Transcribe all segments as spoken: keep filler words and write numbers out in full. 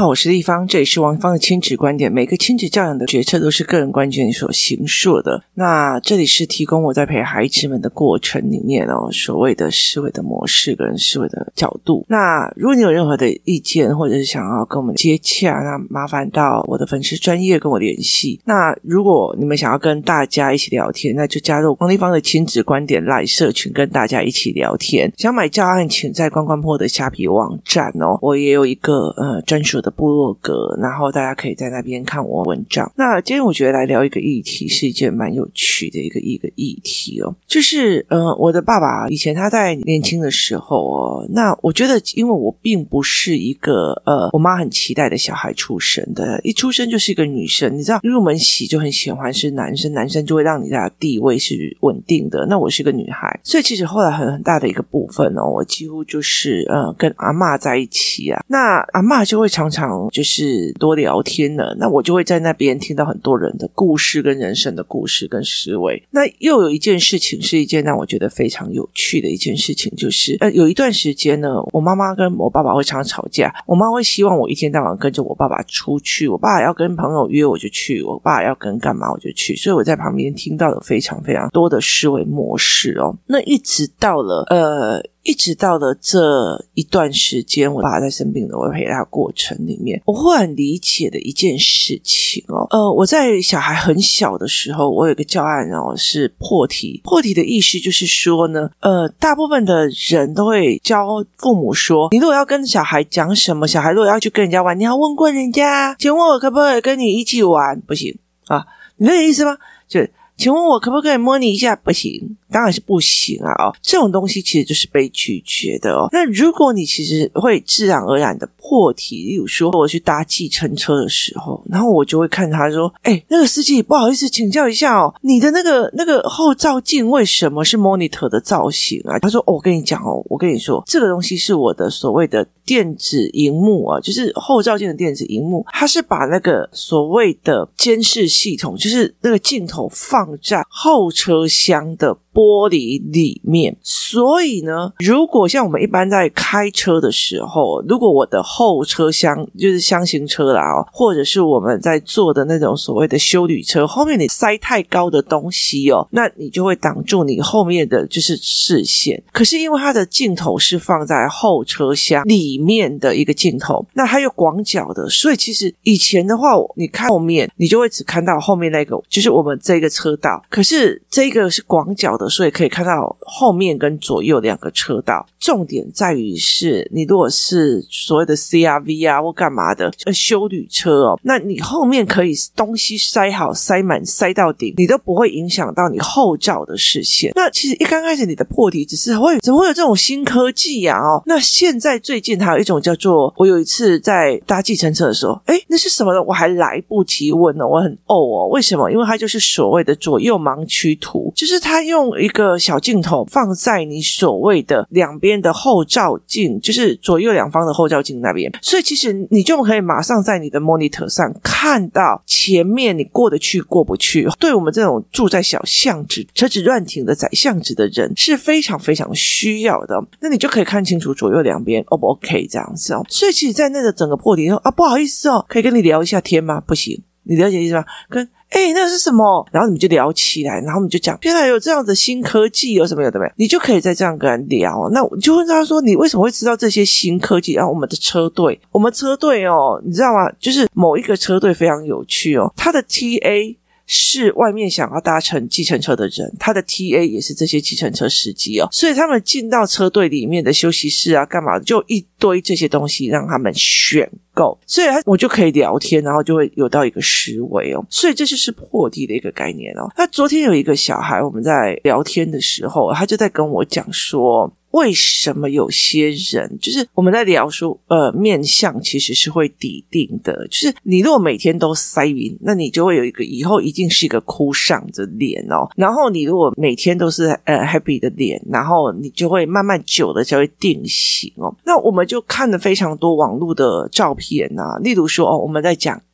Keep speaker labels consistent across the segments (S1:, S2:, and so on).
S1: 我是立方，这里是王立方的亲子观点。每个亲子教养的决策都是个人观点所形塑的。那这里是提供我在陪孩子们的过程里面哦，所谓的思维的模式跟思维的角度。那如果你有任何的意见，或者是想要跟我们接洽，那麻烦到我的粉丝专页跟我联系。那如果你们想要跟大家一起聊天，那就加入王立方的亲子观点 LINE 社群，跟大家一起聊天。想买教案，请在关关破的虾皮网站哦，我也有一个呃专属的部落格，然后大家可以在那边看我文章。那今天我觉得来聊一个议题，是一件蛮有趣的一个一个议题哦，就是呃我的爸爸以前他在年轻的时候哦，那我觉得因为我并不是一个呃我妈很期待的小孩出生的，一出生就是一个女生，你知道入门喜就很喜欢是男生，男生就会让你的地位是稳定的，那我是个女孩，所以其实后来很很大的一个部分哦，我几乎就是呃跟阿嬷在一起啊，那阿嬷就会常常就是多聊天了，那我就会在那边听到很多人的故事跟人生的故事跟思维。那又有一件事情是一件让我觉得非常有趣的一件事情，就是呃有一段时间呢，我妈妈跟我爸爸会常常吵架，我妈会希望我一天到晚跟着我爸爸出去，我爸爸要跟朋友约我就去，我爸爸要跟干嘛我就去，所以我在旁边听到了非常非常多的思维模式哦。那一直到了呃一直到了这一段时间，我爸爸在生病的我陪他过程里面，我忽然理解的一件事情哦，呃，我在小孩很小的时候，我有一个教案哦，是破题。破题的意思就是说呢，呃，大部分的人都会教父母说，你如果要跟小孩讲什么，小孩如果要去跟人家玩，你要问过人家，请问我可不可以跟你一起玩？不行啊，你那个意思吗？就请问我可不可以摸你一下？不行，当然是不行啊！哦，这种东西其实就是被拒绝的哦。那如果你其实会自然而然的破题，例如说我去搭计程车的时候，然后我就会看他说：“哎，那个司机，不好意思，请教一下哦，你的那个那个后照镜为什么是 monitor 的造型啊？”他说：“哦，我跟你讲哦，我跟你说，这个东西是我的所谓的电子荧幕啊，就是后照镜的电子荧幕，它是把那个所谓的监视系统，就是那个镜头放在后车厢的玻璃里面，所以呢，如果像我们一般在开车的时候，如果我的后车厢就是箱型车啦哦，或者是我们在坐的那种所谓的休旅车，后面你塞太高的东西哦，那你就会挡住你后面的就是视线。可是因为它的镜头是放在后车厢里面的一个镜头，那它又广角的，所以其实以前的话，你看后面你就会只看到后面那个，就是我们这个车道，可是这个是广角的，所以可以看到后面跟左右两个车道。重点在于是你如果是所谓的 C R V 啊或干嘛的休旅车哦，那你后面可以东西塞好塞满塞到顶，你都不会影响到你后照的视线。那其实一刚开始你的破题只是会怎么会有这种新科技啊哦？那现在最近还有一种叫做，我有一次在搭计程车的时候，诶那是什么呢？我还来不及问呢，我很哦哦，为什么？因为它就是所谓的左右盲区图，就是它用一个小镜头放在你所谓的两边的后照镜，就是左右两方的后照镜那边，所以其实你就可以马上在你的 monitor 上看到前面你过得去过不去。对我们这种住在小巷子车子乱停的窄巷子的人是非常非常需要的，那你就可以看清楚左右两边 O 不 OK 这样子哦。所以其实在那个整个破题说啊，不好意思哦，可以跟你聊一下天吗？不行，你了解意思吗？跟诶那个是什么？然后你们就聊起来，然后你们就讲原来有这样的新科技有什么有的没有，你就可以再这样跟人聊。那我就问他说，你为什么会知道这些新科技？然后我们的车队我们车队哦，你知道吗？就是某一个车队非常有趣哦，他的 T A是外面想要搭乘计程车的人，他的 T A 也是这些计程车司机哦，所以他们进到车队里面的休息室啊干嘛的，就一堆这些东西让他们选购，所以我就可以聊天，然后就会有到一个思维哦，所以这就是破题的一个概念哦。那昨天有一个小孩，我们在聊天的时候，他就在跟我讲说，为什么有些人就是我们在聊说呃面相其实是会抵定的，就是你如果每天都塞云，那你就会有一个以后一定是一个哭丧的脸哦，然后你如果每天都是呃 happy 的脸，然后你就会慢慢久了就会定型哦。那我们就看了非常多网络的照片啊，例如说哦我们在讲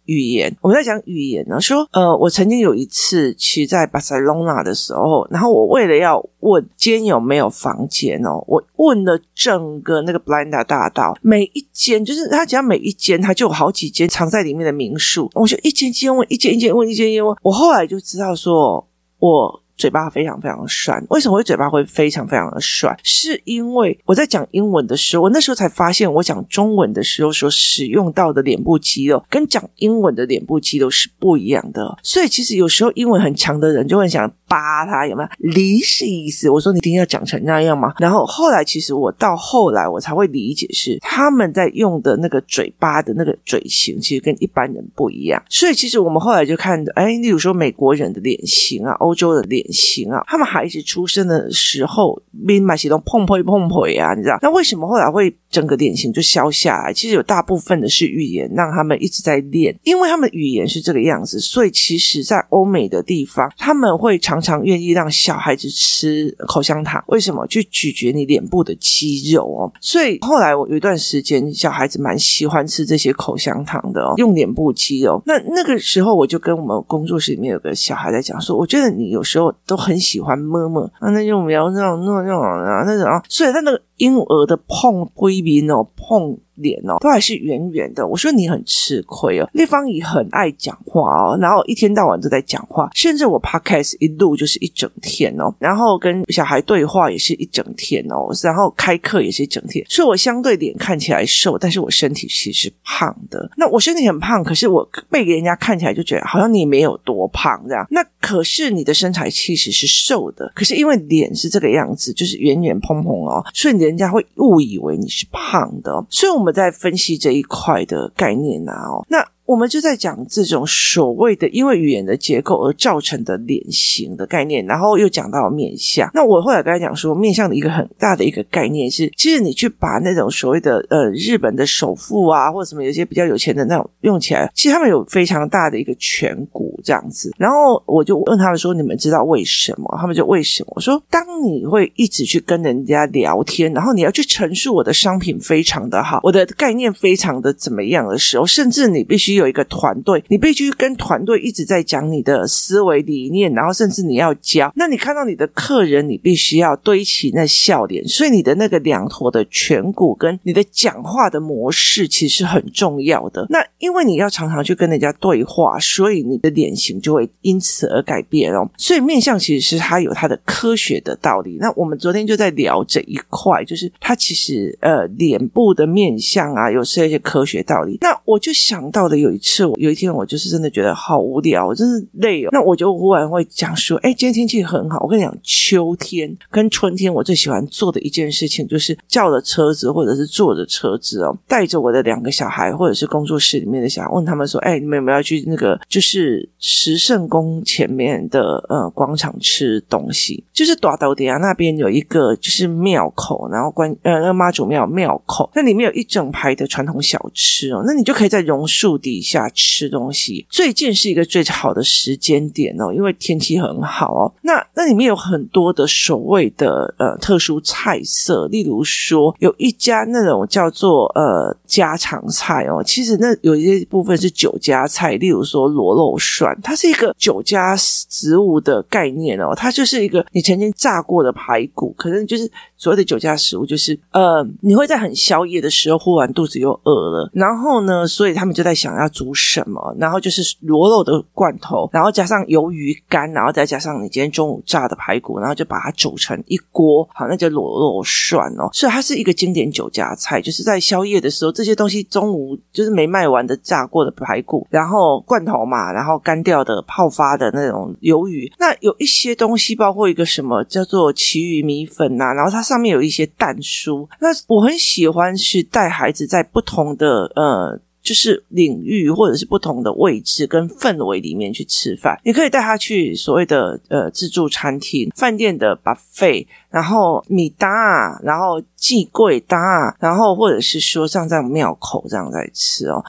S1: 语言。我们在讲语言呢，说呃，我曾经有一次其实在巴塞隆纳的时候，然后我为了要问今天有没有房间哦，我问了整个那个 Blanda 大道每一间，就是他只要每一间他就有好几间藏在里面的民宿，我就一间一间问，一间一间问，一间一间问。我后来就知道说我嘴巴非常非常的酸。为什么会嘴巴会非常非常的酸？是因为我在讲英文的时候，我那时候才发现我讲中文的时候所使用到的脸部肌肉跟讲英文的脸部肌肉是不一样的。所以其实有时候英文很强的人就会想扒他，有没有离是意思？我说你一定要讲成那样吗？然后后来其实我到后来我才会理解是他们在用的那个嘴巴的那个嘴型其实跟一般人不一样。所以其实我们后来就看哎，例如说美国人的脸型啊，欧洲的脸型啊，他们孩子出生的时候面嘛是都碰碰碰碰啊，你知道那为什么后来会整个脸型就消下来？其实有大部分的是语言让他们一直在练，因为他们语言是这个样子，所以其实在欧美的地方他们会常常愿意让小孩子吃口香糖。为什么？去咀嚼你脸部的肌肉哦。所以后来我有一段时间小孩子蛮喜欢吃这些口香糖的哦，用脸部肌肉。那那个时候我就跟我们工作室里面有个小孩在讲说，我觉得你有时候都很喜欢摸摸啊，那种描那种那种啊那种啊，所以他那个婴儿的碰龟鼻哦，碰脸哦，都还是圆圆的。我说你很吃亏哦。立方姨很爱讲话哦，然后一天到晚都在讲话，甚至我 podcast 一录就是一整天哦，然后跟小孩对话也是一整天哦，然后开课也是一整天。所以我相对脸看起来瘦，但是我身体其实是胖的。那我身体很胖，可是我被人家看起来就觉得好像你也没有多胖这样。那可是你的身材其实是瘦的，可是因为脸是这个样子，就是圆圆蓬蓬哦，所以人家会误以为你是胖的哦。所以我们在分析这一块的概念啊哦，那我们就在讲这种所谓的因为语言的结构而造成的脸型的概念，然后又讲到面相。那我后来跟他讲说，面相的一个很大的一个概念是，其实你去把那种所谓的呃日本的首富啊，或者什么有些比较有钱的那种用起来，其实他们有非常大的一个颧骨这样子。然后我就问他们说，你们知道为什么？他们就为什么？我说，当你会一直去跟人家聊天，然后你要去陈述我的商品非常的好，我的概念非常的怎么样的时候，甚至你必须有一个团队，你必须跟团队一直在讲你的思维理念，然后甚至你要教，那你看到你的客人，你必须要堆起那笑脸，所以你的那个两坨的颧骨跟你的讲话的模式其实很重要的。那因为你要常常去跟人家对话，所以你的脸型就会因此而改变哦。所以面相其实是它有它的科学的道理。那我们昨天就在聊这一块，就是它其实呃脸部的面相啊有这些科学道理。那我就想到了有一次，有一天我就是真的觉得好无聊，我真是累哦。那我就忽然会讲说，哎，今天天气很好。我跟你讲，秋天跟春天我最喜欢做的一件事情，就是叫着车子或者是坐着车子哦，带着我的两个小孩或者是工作室里面的小孩，问他们说，哎，你们有没有要去那个就是时圣宫前面的呃广场吃东西？就是大道底下那边有一个就是庙口，然后关呃那个妈祖庙庙口，那里面有一整排的传统小吃哦，那你就可以在榕树底下吃东西。最近是一个最好的时间点哦，因为天气很好哦。那那里面有很多的所谓的呃特殊菜色，例如说有一家那种叫做呃家常菜哦，其实那有一些部分是酒家菜，例如说螺肉涮，它是一个酒家食物的概念哦，它就是一个你曾经炸过的排骨，可能就是所谓的酒家食物，就是呃你会在很宵夜的时候忽然肚子又饿了，然后呢所以他们就在想要煮什么，然后就是螺肉的罐头，然后加上鱿鱼干，然后再加上你今天中午炸的排骨，然后就把它煮成一锅，好，那就螺肉涮哦。所以它是一个经典酒家菜，就是在宵夜的时候，这些东西中午就是没卖完的炸过的排骨，然后罐头嘛，然后干掉的泡发的那种鱿鱼，那有一些东西包括一个什么叫做旗鱼米粉啊，然后它上面有一些蛋酥。那我很喜欢是带孩子在不同的呃就是领域或者是不同的位置跟氛围里面去吃饭。你可以带他去所谓的呃自助餐厅、饭店的 buffet， 然后米搭，然后寄柜搭，然后或者是说像在庙口这样在吃哦。那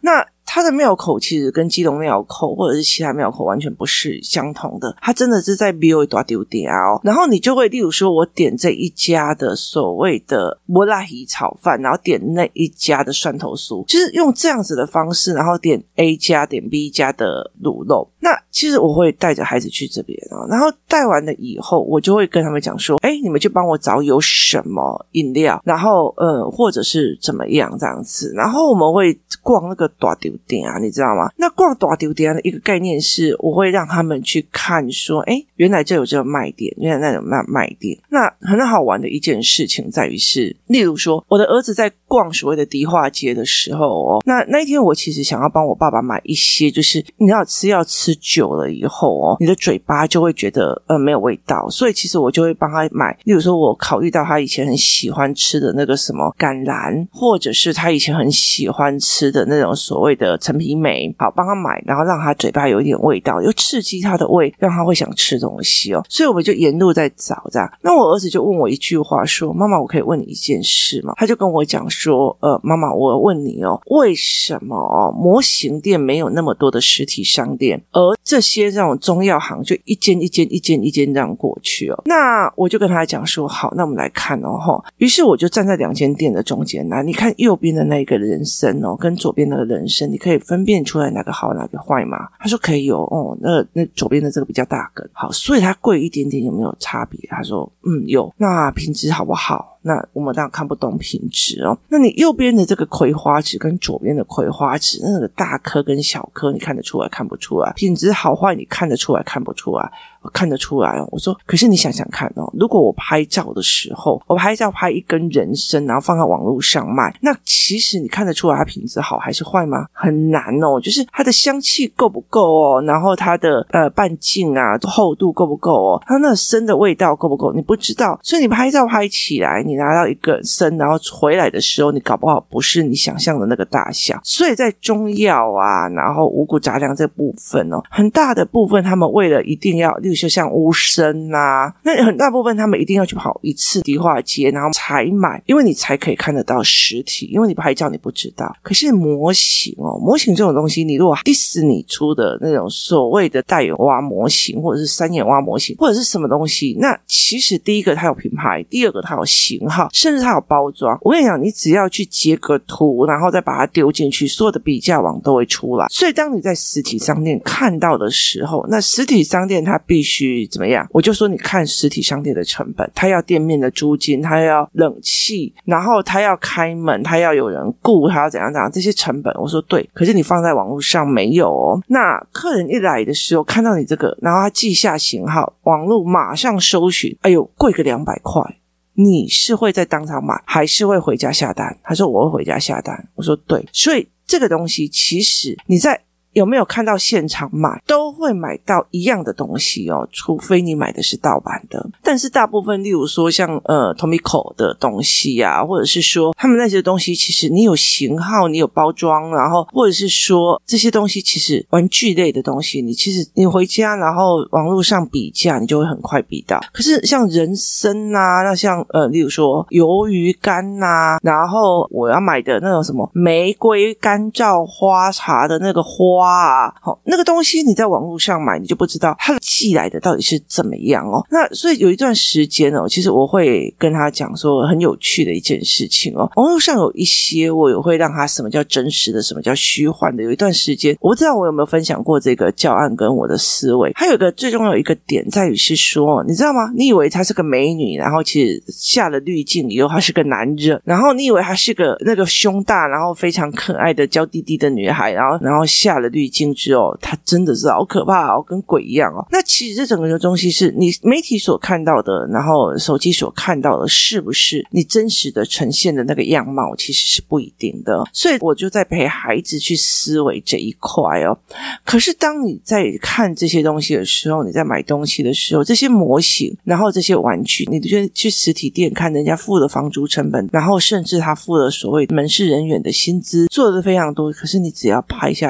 S1: 它的庙口其实跟基隆庙口或者是其他庙口完全不是相同的，它真的是在庙一大丢点哦。然后你就会例如说我点这一家的所谓的麻辣鱼炒饭，然后点那一家的蒜头酥，就是用这样子的方式，然后点 A 家点 B 家的卤肉。那其实我会带着孩子去这边哦，然后带完了以后我就会跟他们讲说，诶，你们就帮我找有什么饮料，然后呃或者是怎么样这样子。然后我们会逛那个大丢店啊，你知道吗？那逛大丢店的一个概念是我会让他们去看说，诶，原来这有这个卖点，原来那种卖卖点。那很好玩的一件事情在于是，例如说我的儿子在逛所谓的迪化街的时候哦，那那一天我其实想要帮我爸爸买一些，就是你要吃药吃久了以后哦，你的嘴巴就会觉得呃没有味道，所以其实我就会帮他买，例如说我考虑到他以前很喜欢吃的那个什么橄榄，或者是他以前很喜欢吃的那种所谓的陈皮梅，好帮他买，然后让他嘴巴有一点味道，又刺激他的胃，让他会想吃东西哦。所以我们就沿路在找这样。那我儿子就问我一句话说，妈妈我可以问你一件事吗？他就跟我讲说呃，妈妈我问你哦，为什么哦模型店没有那么多的实体商店，而这些这种中药行就一间一间一间一间这样过去哦？那我就跟他讲说，好，那我们来看哦齁。于是我就站在两间店的中间来，你看右边的那个人参哦，跟左边那个人参，你可以分辨出来哪个好哪个坏吗？他说可以有哦，那那左边的这个比较大根，好，所以它贵一点点有没有差别？他说嗯有。那品质好不好？那我们当然看不懂品质哦。那你右边的这个葵花籽跟左边的葵花籽，那个大颗跟小颗你看得出来看不出来？品质好坏你看得出来看不出来？我看得出来哦。我说可是你想想看哦，如果我拍照的时候，我拍照拍一根人参然后放在网络上卖，那其实你看得出来它品质好还是坏吗？很难哦，就是它的香气够不够哦，然后它的呃半径啊厚度够不够哦，它那参的味道够不够你不知道。所以你拍照拍起来，你拿到一个参然后回来的时候，你搞不好不是你想象的那个大小。所以在中药啊然后五谷杂粮这部分哦，很大的部分他们为了一定要例如说像乌参啊，那很大部分他们一定要去跑一次迪化街然后才买，因为你才可以看得到实体，因为你拍照你不知道。可是模型哦，模型这种东西，你如果迪士尼出的那种所谓的大眼蛙模型或者是三眼蛙模型或者是什么东西，那其实第一个它有品牌，第二个它有型号，甚至它有包装。我跟你讲，你只要去截个图然后再把它丢进去，所有的比价网都会出来。所以当你在实体商店看到的时候，那实体商店它必须怎么样？我就说你看实体商店的成本，它要店面的租金，它要冷气，然后它要开门，它要有人顾，它要怎样怎样，这些成本我说对，可是你放在网络上没有哦。那客人一来的时候看到你这个，然后他记下型号，网络马上搜寻，哎呦贵个两百块，你是会在当场买还是会回家下单？他说我会回家下单，我说对。所以这个东西其实你在有没有看到现场买都会买到一样的东西哦，除非你买的是盗版的。但是大部分例如说像呃 Tomiko 的东西啊，或者是说他们那些东西其实你有型号你有包装，然后或者是说这些东西其实玩具类的东西，你其实你回家然后网络上比价你就会很快比到。可是像人参啊，那像呃例如说鱿鱼干啊，然后我要买的那种什么玫瑰干燥花茶的那个花啊，好，那个东西你在网络上买你就不知道它寄来的到底是怎么样哦。那所以有一段时间哦，其实我会跟他讲说很有趣的一件事情哦，网络上有一些我也会让他什么叫真实的什么叫虚幻的。有一段时间我不知道我有没有分享过这个教案跟我的思维，还有一个最重要的一个点在于是说，你知道吗？你以为她是个美女，然后其实下了滤镜以后她是个男人，然后你以为她是个那个胸大然后非常可爱的娇滴滴的女孩，然后然后下了滤镜之后她真的是好可怕哦，跟鬼一样哦。那其实这整个东西是你媒体所看到的，然后手机所看到的是不是你真实的呈现的那个样貌，其实是不一定的。所以我就在陪孩子去思维这一块哦。可是当你在看这些东西的时候，你在买东西的时候，这些模型然后这些玩具，你就去实体店看人家付了房租成本，然后甚至他付了所谓门市人员的薪资，做的非常多，可是你只要拍一下型号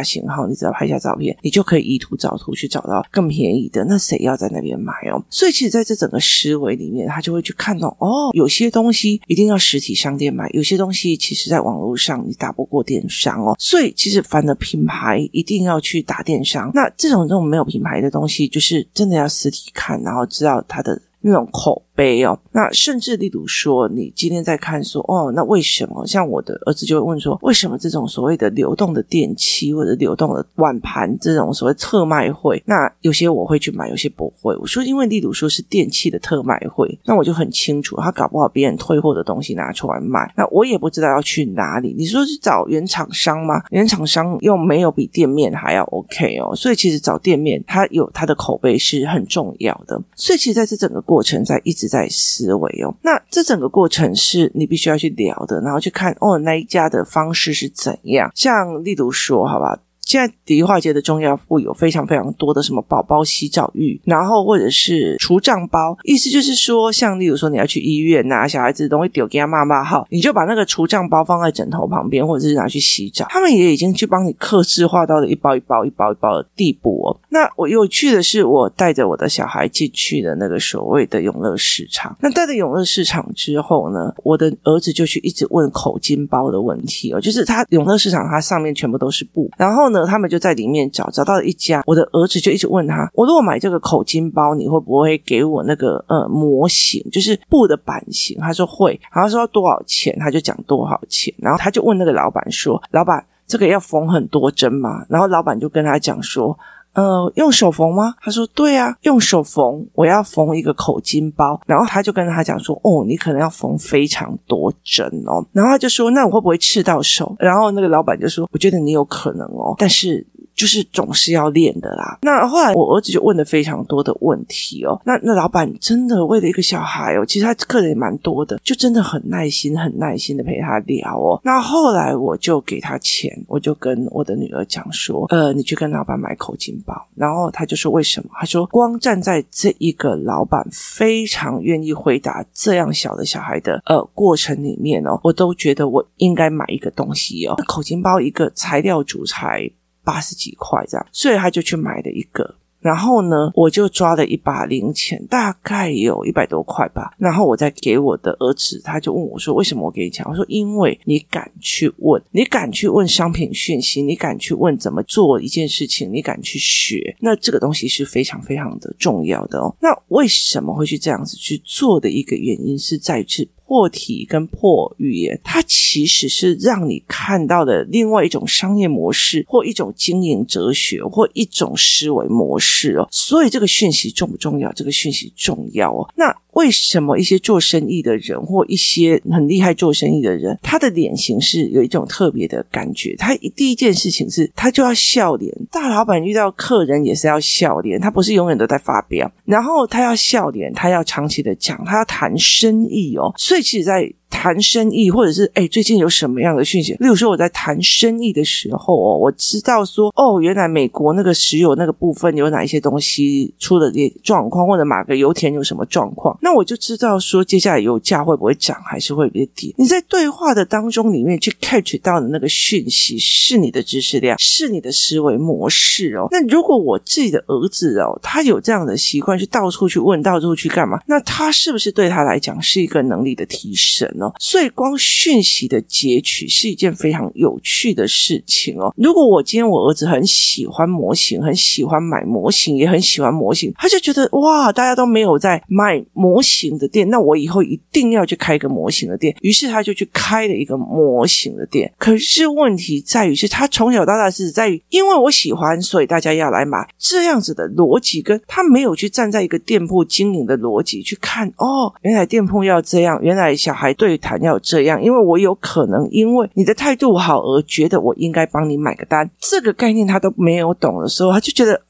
S1: 你只要拍下照片，你就可以依图找图去找到更便宜的，那谁要在那边买哦？所以其实在这整个思维里面，他就会去看到哦，有些东西一定要实体商店买，有些东西其实在网络上你打不过电商哦，所以其实反而品牌一定要去打电商。那这种这种没有品牌的东西，就是真的要实体看，然后知道它的那种口碑哦。那甚至例如说你今天在看说哦，那为什么像我的儿子就会问说，为什么这种所谓的流动的电器或者流动的碗盘这种所谓特卖会，那有些我会去买，有些不会。我说因为例如说是电器的特卖会，那我就很清楚他搞不好别人退货的东西拿出来卖，那我也不知道要去哪里。你说是找原厂商吗？原厂商又没有比店面还要 OK 哦，所以其实找店面它有它的口碑是很重要的。所以其实在这整个过程在一直在思维哦，那这整个过程是你必须要去聊的，然后去看哦那一家的方式是怎样。像例如说好吧，现在迪化街的中药铺有非常非常多的什么宝宝洗澡浴，然后或者是除障包，意思就是说像例如说你要去医院啊，小孩子都会丢给他妈妈号，你就把那个除障包放在枕头旁边，或者是拿去洗澡，他们也已经去帮你客制化到了一包一包一包一包的地步哦。那我有趣的是，我带着我的小孩进去的那个所谓的永乐市场，那带着永乐市场之后呢，我的儿子就去一直问口巾包的问题哦，就是他永乐市场它上面全部都是布，然后呢他们就在里面找找到了一家，我的儿子就一直问他，我如果买这个口巾包你会不会给我那个呃模型，就是布的版型？他说会，然后说多少钱，他就讲多少钱，然后他就问那个老板说，老板这个要缝很多针吗？然后老板就跟他讲说呃，用手缝吗？他说对啊，用手缝，我要缝一个口巾包。然后他就跟他讲说哦，你可能要缝非常多针哦。然后他就说那我会不会刺到手？然后那个老板就说我觉得你有可能哦，但是就是总是要练的啦。那后来我儿子就问了非常多的问题哦，那那老板真的为了一个小孩哦，其实他客人也蛮多的，就真的很耐心很耐心的陪他聊哦。那后来我就给他钱，我就跟我的女儿讲说呃，你去跟老板买口巾包。然后他就说为什么？他说光站在这一个老板非常愿意回答这样小的小孩的呃过程里面哦，我都觉得我应该买一个东西哦。口巾包一个材料组才八十几块这样，所以他就去买了一个。然后呢我就抓了一把零钱，大概有一百多块吧，然后我再给我的儿子，他就问我说为什么我给你钱？我说因为你敢去问，你敢去问商品讯息，你敢去问怎么做一件事情，你敢去学，那这个东西是非常非常的重要的哦。那为什么会去这样子去做的一个原因是在于破题跟破语言，它其实是让你看到的另外一种商业模式，或一种经营哲学，或一种思维模式哦。所以这个讯息重不重要？这个讯息重要哦。那为什么一些做生意的人或一些很厉害做生意的人，他的脸型是有一种特别的感觉？他第一件事情是他就要笑脸，大老板遇到客人也是要笑脸，他不是永远都在发飙，然后他要笑脸，他要长期的讲，他要谈生意哦。所以其实在谈生意，或者是诶最近有什么样的讯息，例如说我在谈生意的时候哦，我知道说哦原来美国那个石油那个部分有哪一些东西出了状况，或者哪个油田有什么状况，那我就知道说接下来油价会不会涨还是会跌。你在对话的当中里面去 catch 到的那个讯息是你的知识量，是你的思维模式哦。那如果我自己的儿子哦，他有这样的习惯去到处去问，到处去干嘛，那他是不是对他来讲是一个能力的提升哦？所以光讯息的截取是一件非常有趣的事情哦。如果我今天我儿子很喜欢模型，很喜欢买模型，也很喜欢模型，他就觉得哇大家都没有在卖模型的店，那我以后一定要去开一个模型的店，于是他就去开了一个模型的店。可是问题在于是他从小到大是在于因为我喜欢所以大家要来买，这样子的逻辑跟他没有去站在一个店铺经营的逻辑去看哦，原来店铺要这样，原来小孩对谈要这样，因为我有可能因为你的态度好而觉得我应该帮你买个单，这个概念他都没有懂的时候，他就觉得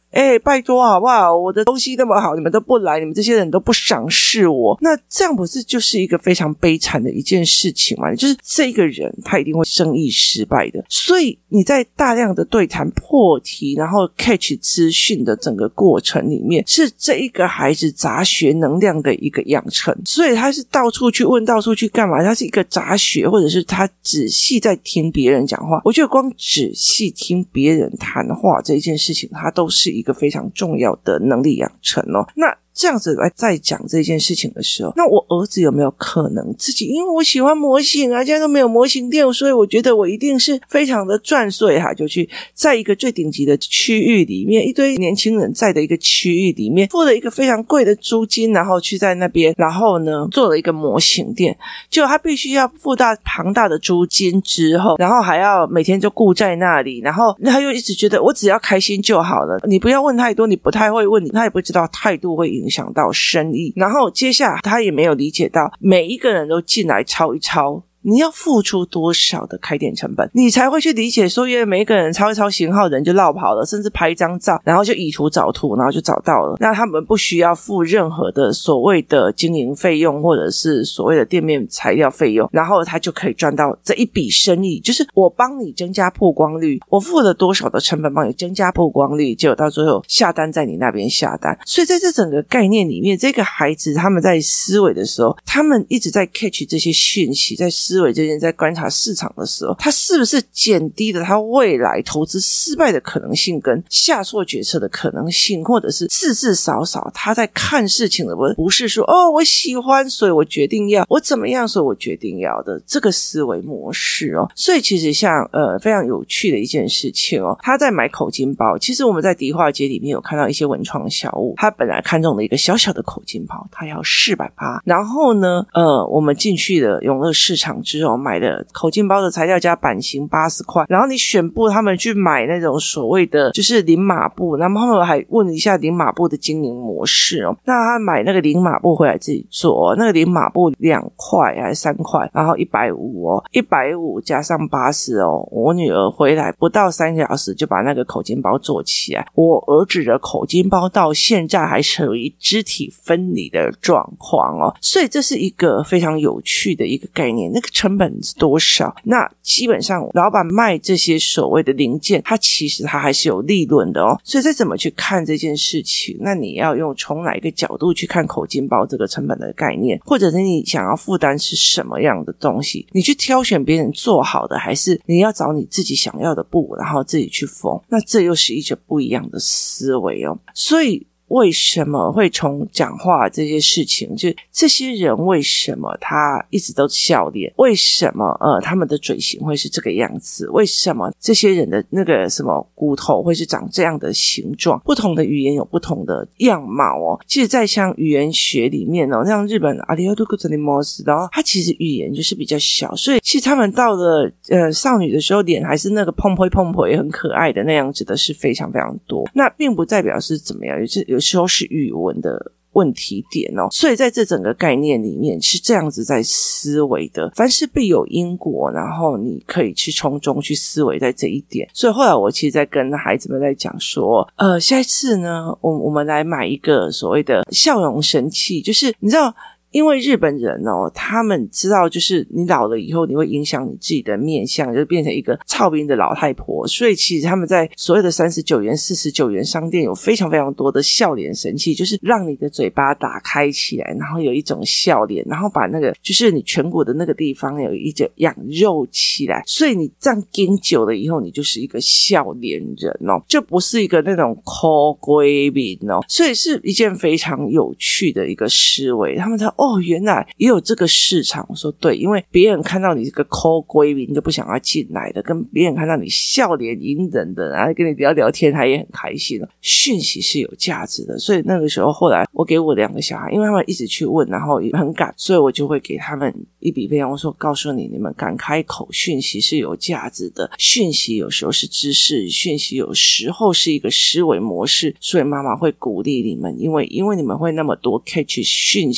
S1: 哎，拜托好不好？我的东西那么好，你们都不来，你们这些人都不赏识我，那这样不是就是一个非常悲惨的一件事情吗？就是这个人他一定会生意失败的。所以你在大量的对谈破题，然后 catch 资讯的整个过程里面，是这一个孩子杂学能量的一个养成。所以他是到处去问，到处去干嘛？他是一个杂学，或者是他仔细在听别人讲话。我觉得光仔细听别人谈话这一件事情，它都是一个非常重要的能力养成哦。那这样子来再讲这件事情的时候，那我儿子有没有可能自己，因为我喜欢模型啊，现在都没有模型店，所以我觉得我一定是非常的赚，所以他就去在一个最顶级的区域里面，一堆年轻人在的一个区域里面，付了一个非常贵的租金，然后去在那边，然后呢做了一个模型店。结果他必须要付大庞大的租金之后，然后还要每天就顾在那里，然后他又一直觉得我只要开心就好了，你不要问太多，你不太会问，你他也不知道态度会影响到生意。然后接下来他也没有理解到每一个人都进来抄一抄，你要付出多少的开店成本，你才会去理解说，因为每一个人抄一抄型号，人就落跑了，甚至拍一张照，然后就以图找图，然后就找到了。那他们不需要付任何的所谓的经营费用，或者是所谓的店面材料费用，然后他就可以赚到这一笔生意。就是我帮你增加曝光率，我付了多少的成本帮你增加曝光率，结果到最后下单在你那边下单。所以在这整个概念里面，这个孩子他们在思维的时候，他们一直在 catch 这些讯息，在思维这件在观察市场的时候，他是不是减低了他未来投资失败的可能性，跟下错决策的可能性，或者是至至少少他在看事情的不是说哦我喜欢所以我决定要，我怎么样所以我决定要的这个思维模式哦。所以其实像呃非常有趣的一件事情哦，他在买口巾包，其实我们在迪化街里面有看到一些文创小物，他本来看中的一个小小的口巾包他要四百八十，然后呢呃我们进去了永乐市场之后买的口巾包的材料加版型八十块，然后你选布他们去买那种所谓的就是零码布，那么他们还问一下零码布的经营模式哦。那他买那个零码布回来自己做、哦、那个零码布两块还是三块，然后一百五哦，一百五加上八十哦，我女儿回来不到三小时就把那个口巾包做起来。我儿子的口巾包到现在还处于肢体分离的状况哦，所以这是一个非常有趣的一个概念。那个成本是多少？那基本上老板卖这些所谓的零件，他其实他还是有利润的哦。所以再怎么去看这件事情，那你要用从哪一个角度去看口巾包这个成本的概念，或者是你想要负担是什么样的东西，你去挑选别人做好的，还是你要找你自己想要的布然后自己去缝，那这又是一个不一样的思维哦。所以为什么会从讲话这些事情，就这些人为什么他一直都笑脸，为什么呃他们的嘴型会是这个样子，为什么这些人的那个什么骨头会是长这样的形状，不同的语言有不同的样貌哦。其实在像语言学里面哦，像日本阿里奥杜克特尼摩斯，然后他其实语言就是比较小，所以其实他们到了呃少女的时候脸还是那个碰碰碰碰也很可爱的那样子的是非常非常多。那并不代表是怎么样，就是有时候是语文的问题点哦，所以在这整个概念里面是这样子在思维的，凡事必有因果，然后你可以去从中去思维在这一点。所以后来我其实在跟孩子们在讲说呃，下一次呢我我们来买一个所谓的笑容神器，就是你知道因为日本人哦，他们知道就是你老了以后你会影响你自己的面相，就变成一个臭兵的老太婆，所以其实他们在所谓的三十九元四十九元商店有非常非常多的笑脸神器，就是让你的嘴巴打开起来，然后有一种笑脸，然后把那个就是你颧骨的那个地方有一种养肉起来，所以你这样盯久了以后你就是一个笑脸人哦，就不是一个那种抠龟面哦，所以是一件非常有趣的一个思维。他们才哦，原来也有这个市场。我说对，因为别人看到你这个抠闺蜜就不想要进来的，跟别人看到你笑脸迎人的，然后跟你聊聊天他也很开心了。讯息是有价值的，所以那个时候后来我给我两个小孩，因为他们一直去问，然后也很赶，所以我就会给他们一笔费用，我说告诉你，你们敢开口，讯息是有价值的，讯息有时候是知识，讯息有时候是一个思维模式，所以妈妈会鼓励你们，因为因为你们会那么多 catch 讯息，然后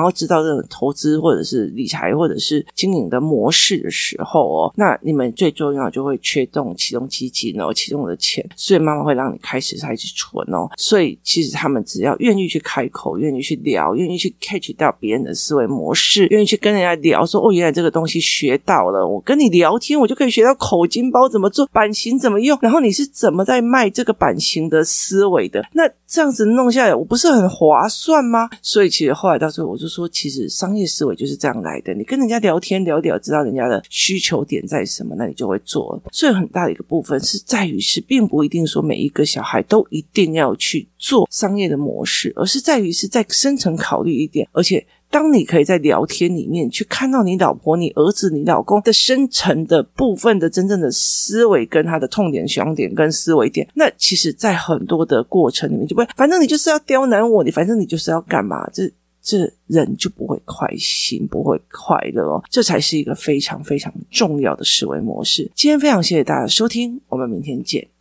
S1: 要知道这种投资或者是理财或者是经营的模式的时候哦，那你们最重要就会缺动启动基金哦，启动我的钱，所以妈妈会让你开始开始存哦。所以其实他们只要愿意去开口，愿意去聊，愿意去 catch 到别人的思维模式，愿意去跟人家聊说哦，原来这个东西学到了，我跟你聊天我就可以学到口金包怎么做，版型怎么用，然后你是怎么在卖这个版型的思维的，那这样子弄下来我不是很划算吗？所以其实后来到最后我就说，其实商业思维就是这样来的，你跟人家聊天聊聊，知道人家的需求点在什么，那你就会做。所以很大的一个部分是在于是并不一定说每一个小孩都一定要去做商业的模式，而是在于是在深层考虑一点，而且当你可以在聊天里面去看到你老婆、你儿子、你老公的深层的部分的真正的思维跟他的痛点、想点跟思维点，那其实在很多的过程里面就不会，反正你就是要刁难我，你反正你就是要干嘛，这这人就不会开心，不会快乐哦，这才是一个非常非常重要的思维模式。今天非常谢谢大家的收听，我们明天见。